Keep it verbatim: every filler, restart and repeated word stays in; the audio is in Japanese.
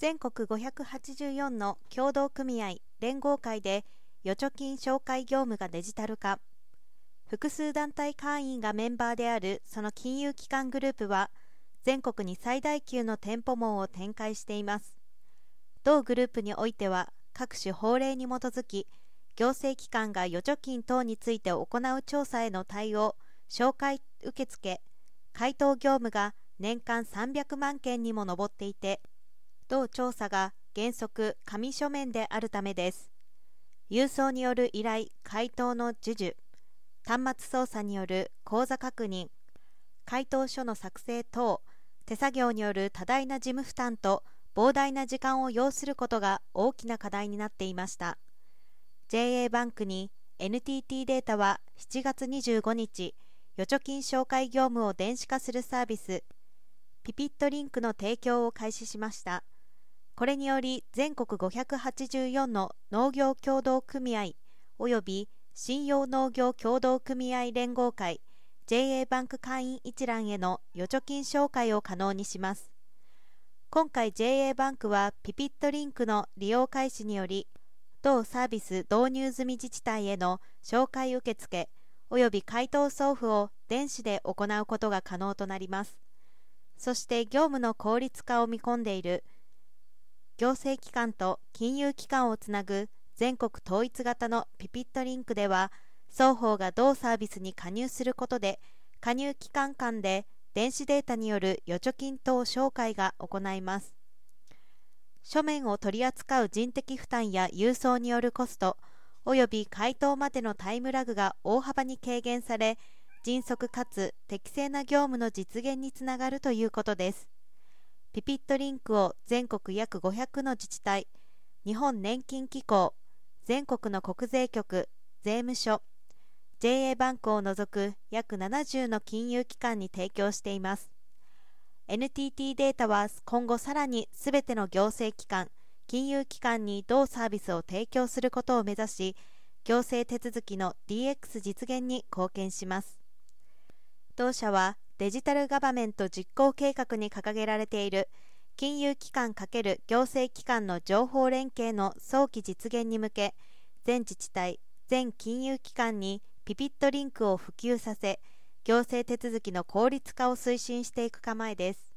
全国ごひゃくはちじゅうよんの協同組合連合会で預貯金紹介業務がデジタル化。複数団体会員がメンバーであるその金融機関グループは全国に最大級の店舗網を展開しています。同グループにおいては各種法令に基づき行政機関が預貯金等について行う調査への対応、紹介受付、回答業務が年間さんびゃくまんけんにも上っていて、同調査が原則紙書面であるためです。郵送による依頼・回答の授受、端末操作による口座確認、回答書の作成等、手作業による多大な事務負担と膨大な時間を要することが大きな課題になっていました。ジェーエー バンクに エヌティーティー データはしちがつにじゅうごにち、預貯金紹介業務を電子化するサービス、ピピットリンクの提供を開始しました。これにより全国ごひゃくはちじゅうよんの農業協同組合および信用農業協同組合連合会 ジェーエー バンク会員一覧への預貯金紹介を可能にします。今回 ジェーエー バンクはピピットリンクの利用開始により同サービス導入済み自治体への紹介受付および回答送付を電子で行うことが可能となります。そして業務の効率化を見込んでいる行政機関と金融機関をつなぐ全国統一型のピピットリンクでは双方が同サービスに加入することで加入機関間で電子データによる預貯金等紹介が行います。書面を取り扱う人的負担や郵送によるコストおよび回答までのタイムラグが大幅に軽減され迅速かつ適正な業務の実現につながるということです。ピピットリンクを全国約ごひゃくの自治体、日本年金機構、全国の国税局、税務署、ジェーエー バンクを除く約ななじゅうの金融機関に提供しています。エヌティーティー データは今後さらにすべての行政機関、金融機関に同サービスを提供することを目指し、行政手続きの ディーエックス 実現に貢献します。同社はデジタルガバメント実行計画に掲げられている金融機関×行政機関の情報連携の早期実現に向け、全自治体、全金融機関にピピットリンクを普及させ、行政手続きの効率化を推進していく構えです。